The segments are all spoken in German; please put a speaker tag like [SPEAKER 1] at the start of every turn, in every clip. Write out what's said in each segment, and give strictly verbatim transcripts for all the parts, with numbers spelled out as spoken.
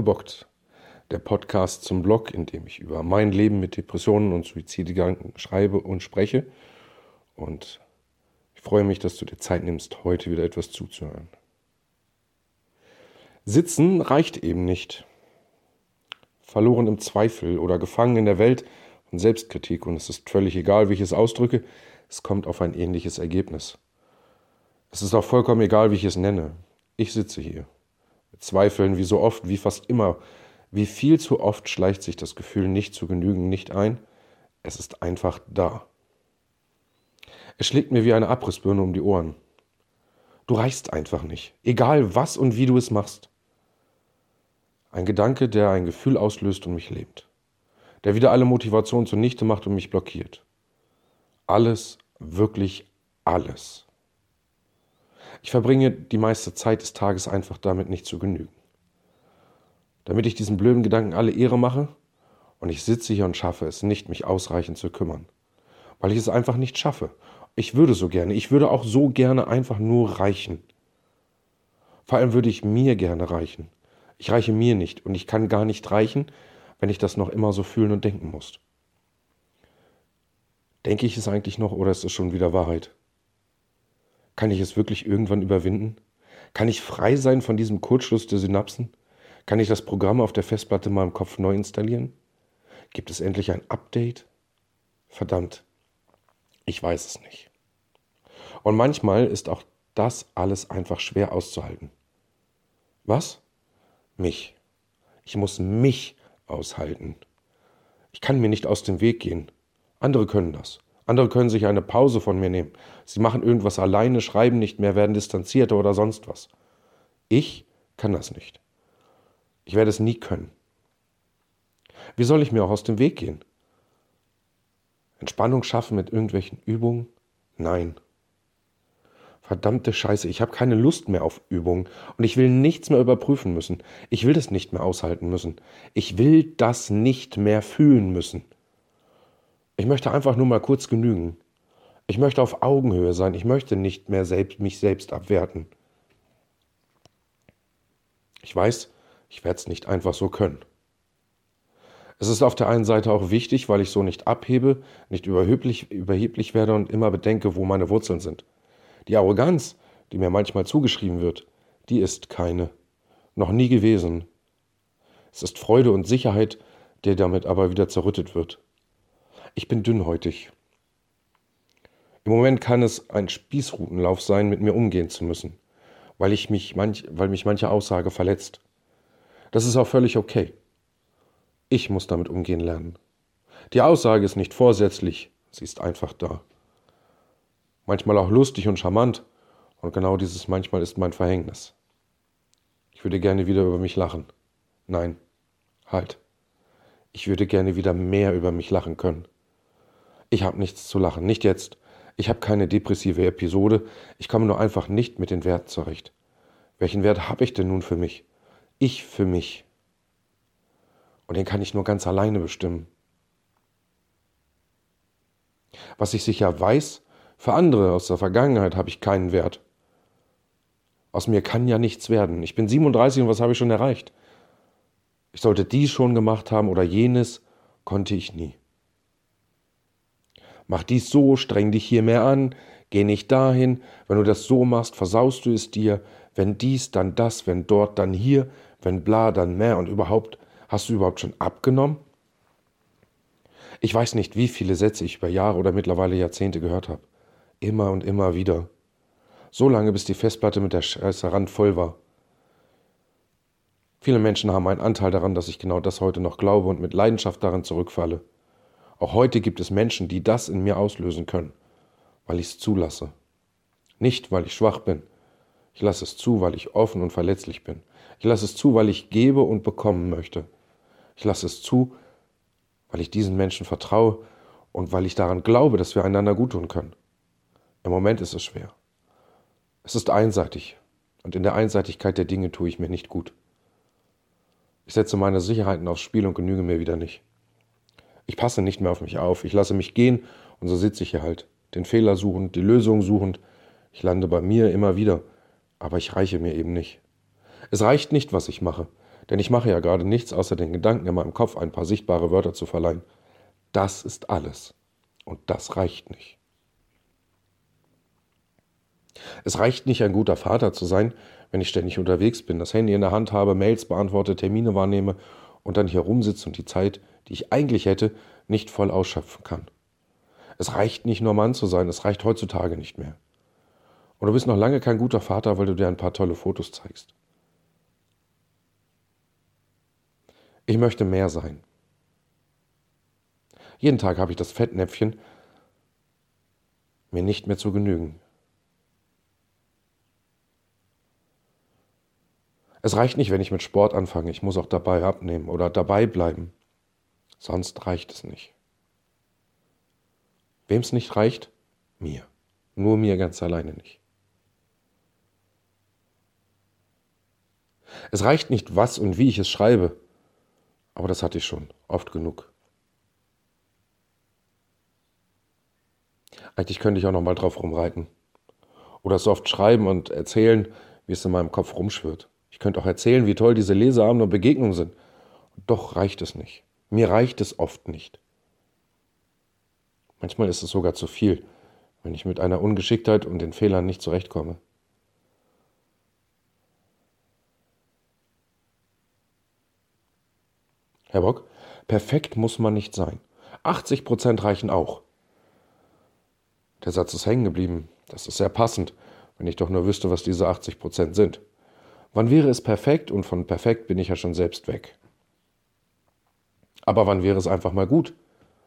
[SPEAKER 1] Verbockt, der Podcast zum Blog, in dem ich über mein Leben mit Depressionen und Suizidgedanken schreibe und spreche. Und ich freue mich, dass du dir Zeit nimmst, heute wieder etwas zuzuhören. Sitzen reicht eben nicht. Verloren im Zweifel oder gefangen in der Welt von Selbstkritik, und es ist völlig egal, wie ich es ausdrücke, es kommt auf ein ähnliches Ergebnis. Es ist auch vollkommen egal, wie ich es nenne. Ich sitze hier. Mit Zweifeln, wie so oft, wie fast immer. Wie viel zu oft schleicht sich das Gefühl, nicht zu genügen, nicht ein. Es ist einfach da. Es schlägt mir wie eine Abrissbirne um die Ohren. Du reichst einfach nicht, egal was und wie du es machst. Ein Gedanke, der ein Gefühl auslöst und mich lähmt. Der wieder alle Motivation zunichte macht und mich blockiert. Alles, wirklich alles. Ich verbringe die meiste Zeit des Tages einfach damit, nicht zu genügen. Damit ich diesen blöden Gedanken alle Ehre mache, und ich sitze hier und schaffe es nicht, mich ausreichend zu kümmern. Weil ich es einfach nicht schaffe. Ich würde so gerne, ich würde auch so gerne einfach nur reichen. Vor allem würde ich mir gerne reichen. Ich reiche mir nicht und ich kann gar nicht reichen, wenn ich das noch immer so fühlen und denken muss. Denke ich es eigentlich noch oder ist es schon wieder Wahrheit? Kann ich es wirklich irgendwann überwinden? Kann ich frei sein von diesem Kurzschluss der Synapsen? Kann ich das Programm auf der Festplatte in meinem Kopf neu installieren? Gibt es endlich ein Update? Verdammt, ich weiß es nicht. Und manchmal ist auch das alles einfach schwer auszuhalten. Was? Mich. Ich muss mich aushalten. Ich kann mir nicht aus dem Weg gehen. Andere können das. Andere können sich eine Pause von mir nehmen. Sie machen irgendwas alleine, schreiben nicht mehr, werden distanzierter oder sonst was. Ich kann das nicht. Ich werde es nie können. Wie soll ich mir auch aus dem Weg gehen? Entspannung schaffen mit irgendwelchen Übungen? Nein. Verdammte Scheiße, ich habe keine Lust mehr auf Übungen und ich will nichts mehr überprüfen müssen. Ich will das nicht mehr aushalten müssen. Ich will das nicht mehr fühlen müssen. Ich möchte einfach nur mal kurz genügen. Ich möchte auf Augenhöhe sein. Ich möchte nicht mehr selbst, mich selbst abwerten. Ich weiß, ich werde es nicht einfach so können. Es ist auf der einen Seite auch wichtig, weil ich so nicht abhebe, nicht überheblich, überheblich werde und immer bedenke, wo meine Wurzeln sind. Die Arroganz, die mir manchmal zugeschrieben wird, die ist keine, noch nie gewesen. Es ist Freude und Sicherheit, der damit aber wieder zerrüttet wird. Ich bin dünnhäutig. Im Moment kann es ein Spießrutenlauf sein, mit mir umgehen zu müssen, weil, ich mich manch, weil mich manche Aussage verletzt. Das ist auch völlig okay. Ich muss damit umgehen lernen. Die Aussage ist nicht vorsätzlich, sie ist einfach da. Manchmal auch lustig und charmant, und genau dieses manchmal ist mein Verhängnis. Ich würde gerne wieder über mich lachen. Nein, halt. Ich würde gerne wieder mehr über mich lachen können. Ich habe nichts zu lachen, nicht jetzt. Ich habe keine depressive Episode, ich komme nur einfach nicht mit den Werten zurecht. Welchen Wert habe ich denn nun für mich? Ich für mich. Und den kann ich nur ganz alleine bestimmen. Was ich sicher weiß, für andere aus der Vergangenheit habe ich keinen Wert. Aus mir kann ja nichts werden. Ich bin siebenunddreißig und was habe ich schon erreicht? Ich sollte dies schon gemacht haben oder jenes, konnte ich nie. Mach dies so, streng dich hier mehr an, geh nicht dahin. Wenn du das so machst, versaust du es dir. Wenn dies, dann das, wenn dort, dann hier, wenn bla, dann mehr. Und überhaupt, hast du überhaupt schon abgenommen? Ich weiß nicht, wie viele Sätze ich über Jahre oder mittlerweile Jahrzehnte gehört habe. Immer und immer wieder. So lange, bis die Festplatte mit der Scheiße randvoll war. Viele Menschen haben einen Anteil daran, dass ich genau das heute noch glaube und mit Leidenschaft daran zurückfalle. Auch heute gibt es Menschen, die das in mir auslösen können, weil ich es zulasse. Nicht, weil ich schwach bin. Ich lasse es zu, weil ich offen und verletzlich bin. Ich lasse es zu, weil ich gebe und bekommen möchte. Ich lasse es zu, weil ich diesen Menschen vertraue und weil ich daran glaube, dass wir einander guttun können. Im Moment ist es schwer. Es ist einseitig und in der Einseitigkeit der Dinge tue ich mir nicht gut. Ich setze meine Sicherheiten aufs Spiel und genüge mir wieder nicht. Ich passe nicht mehr auf mich auf, ich lasse mich gehen und so sitze ich hier halt, den Fehler suchend, die Lösung suchend. Ich lande bei mir immer wieder, aber ich reiche mir eben nicht. Es reicht nicht, was ich mache. Denn ich mache ja gerade nichts, außer den Gedanken in meinem Kopf ein paar sichtbare Wörter zu verleihen. Das ist alles. Und das reicht nicht. Es reicht nicht, ein guter Vater zu sein, wenn ich ständig unterwegs bin, das Handy in der Hand habe, Mails beantworte, Termine wahrnehme und dann hier rumsitze und die Zeit, die ich eigentlich hätte, nicht voll ausschöpfen kann. Es reicht nicht, nur Mann zu sein, es reicht heutzutage nicht mehr. Und du bist noch lange kein guter Vater, weil du dir ein paar tolle Fotos zeigst. Ich möchte mehr sein. Jeden Tag habe ich das Fettnäpfchen, mir nicht mehr zu genügen. Es reicht nicht, wenn ich mit Sport anfange, ich muss auch dabei abnehmen oder dabei bleiben. Sonst reicht es nicht. Wem es nicht reicht? Mir. Nur mir ganz alleine nicht. Es reicht nicht, was und wie ich es schreibe, aber das hatte ich schon, oft genug. Eigentlich könnte ich auch noch mal drauf rumreiten. Oder so oft schreiben und erzählen, wie es in meinem Kopf rumschwirrt. Ich könnte auch erzählen, wie toll diese Leseabende und Begegnungen sind. Doch reicht es nicht. Mir reicht es oft nicht. Manchmal ist es sogar zu viel, wenn ich mit einer Ungeschicktheit und den Fehlern nicht zurechtkomme. Herr Bock, perfekt muss man nicht sein. achtzig Prozent reichen auch. Der Satz ist hängen geblieben. Das ist sehr passend, wenn ich doch nur wüsste, was diese achtzig Prozent sind. Wann wäre es perfekt? Und von perfekt bin ich ja schon selbst weg. Aber wann wäre es einfach mal gut?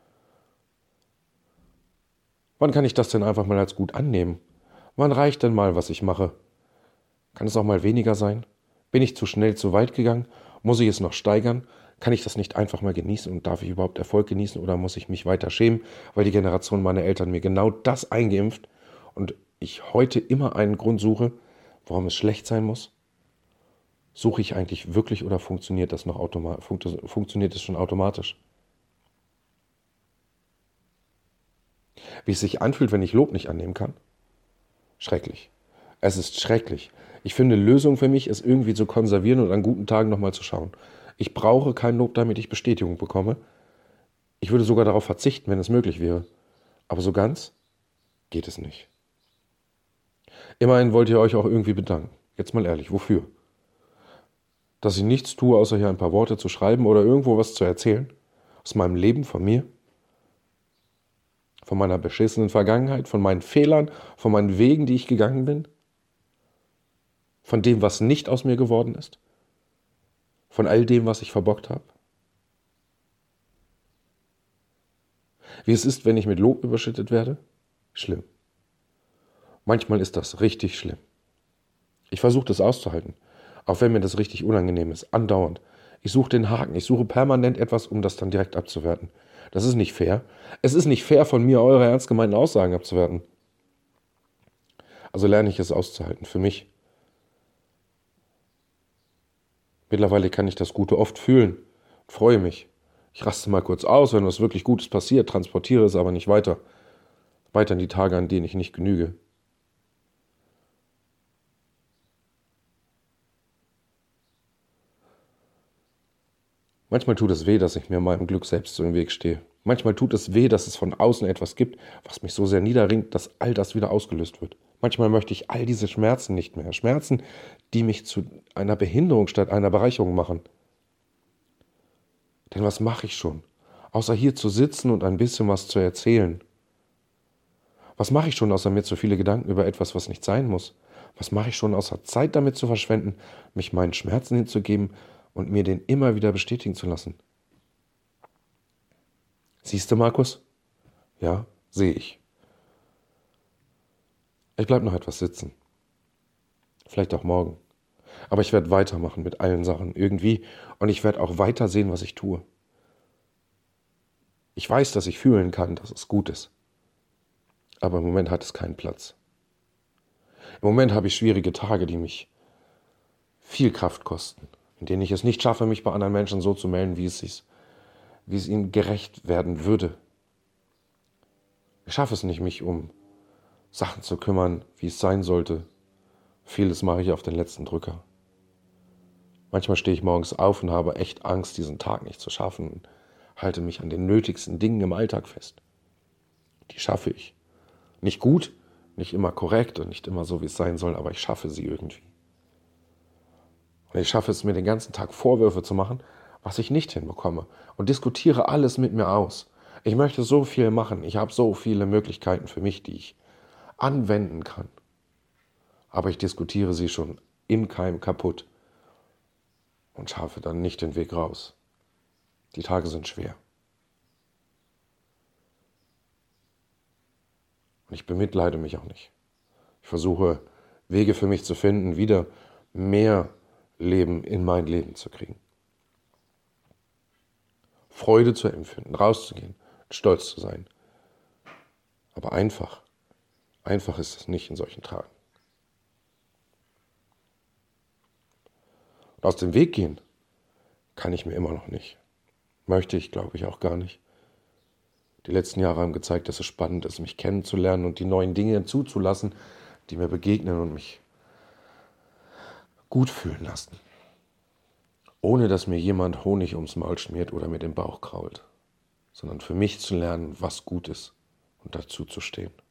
[SPEAKER 1] Wann kann ich das denn einfach mal als gut annehmen? Wann reicht denn mal, was ich mache? Kann es auch mal weniger sein? Bin ich zu schnell zu weit gegangen? Muss ich es noch steigern? Kann ich das nicht einfach mal genießen und darf ich überhaupt Erfolg genießen oder muss ich mich weiter schämen, weil die Generation meiner Eltern mir genau das eingeimpft und ich heute immer einen Grund suche, warum es schlecht sein muss? Suche ich eigentlich wirklich oder funktioniert das noch automatisch? Funktioniert es schon automatisch? Wie es sich anfühlt, wenn ich Lob nicht annehmen kann? Schrecklich. Es ist schrecklich. Ich finde, Lösung für mich ist irgendwie zu konservieren und an guten Tagen nochmal zu schauen. Ich brauche kein Lob, damit ich Bestätigung bekomme. Ich würde sogar darauf verzichten, wenn es möglich wäre. Aber so ganz geht es nicht. Immerhin wollt ihr euch auch irgendwie bedanken. Jetzt mal ehrlich, wofür? Dass ich nichts tue, außer hier ein paar Worte zu schreiben oder irgendwo was zu erzählen? Aus meinem Leben, von mir? Von meiner beschissenen Vergangenheit, von meinen Fehlern, von meinen Wegen, die ich gegangen bin? Von dem, was nicht aus mir geworden ist? Von all dem, was ich verbockt habe? Wie es ist, wenn ich mit Lob überschüttet werde? Schlimm. Manchmal ist das richtig schlimm. Ich versuche das auszuhalten, auch wenn mir das richtig unangenehm ist, andauernd. Ich suche den Haken, ich suche permanent etwas, um das dann direkt abzuwerten. Das ist nicht fair. Es ist nicht fair, von mir eure ernst gemeinten Aussagen abzuwerten. Also lerne ich es auszuhalten, für mich. Mittlerweile kann ich das Gute oft fühlen, freue mich. Ich raste mal kurz aus, wenn was wirklich Gutes passiert, transportiere es aber nicht weiter. Weiter in die Tage, an denen ich nicht genüge. Manchmal tut es weh, dass ich mir meinem Glück selbst so im Weg stehe. Manchmal tut es weh, dass es von außen etwas gibt, was mich so sehr niederringt, dass all das wieder ausgelöst wird. Manchmal möchte ich all diese Schmerzen nicht mehr. Schmerzen, die mich zu einer Behinderung statt einer Bereicherung machen. Denn was mache ich schon, außer hier zu sitzen und ein bisschen was zu erzählen? Was mache ich schon, außer mir zu viele Gedanken über etwas, was nicht sein muss? Was mache ich schon, außer Zeit damit zu verschwenden, mich meinen Schmerzen hinzugeben und mir den immer wieder bestätigen zu lassen? Siehst du, Markus? Ja, sehe ich. Ich bleibe noch etwas sitzen. Vielleicht auch morgen. Aber ich werde weitermachen mit allen Sachen irgendwie und ich werde auch weiter sehen, was ich tue. Ich weiß, dass ich fühlen kann, dass es gut ist. Aber im Moment hat es keinen Platz. Im Moment habe ich schwierige Tage, die mich viel Kraft kosten, in denen ich es nicht schaffe, mich bei anderen Menschen so zu melden, wie es, sich, wie es ihnen gerecht werden würde. Ich schaffe es nicht, mich um Sachen zu kümmern, wie es sein sollte. Vieles mache ich auf den letzten Drücker. Manchmal stehe ich morgens auf und habe echt Angst, diesen Tag nicht zu schaffen und halte mich an den nötigsten Dingen im Alltag fest. Die schaffe ich. Nicht gut, nicht immer korrekt und nicht immer so, wie es sein soll, aber ich schaffe sie irgendwie. Und ich schaffe es, mir den ganzen Tag Vorwürfe zu machen, was ich nicht hinbekomme, und diskutiere alles mit mir aus. Ich möchte so viel machen, ich habe so viele Möglichkeiten für mich, die ich anwenden kann. Aber ich diskutiere sie schon im Keim kaputt und schaffe dann nicht den Weg raus. Die Tage sind schwer. Und ich bemitleide mich auch nicht. Ich versuche, Wege für mich zu finden, wieder mehr Leben in mein Leben zu kriegen. Freude zu empfinden, rauszugehen, stolz zu sein. Aber einfach, einfach ist es nicht in solchen Tagen. Und aus dem Weg gehen kann ich mir immer noch nicht. Möchte ich, glaube ich, auch gar nicht. Die letzten Jahre haben gezeigt, dass es spannend ist, mich kennenzulernen und die neuen Dinge zuzulassen, die mir begegnen und mich gut fühlen lassen. Ohne dass mir jemand Honig ums Maul schmiert oder mir den Bauch krault, sondern für mich zu lernen, was gut ist und dazu zu stehen.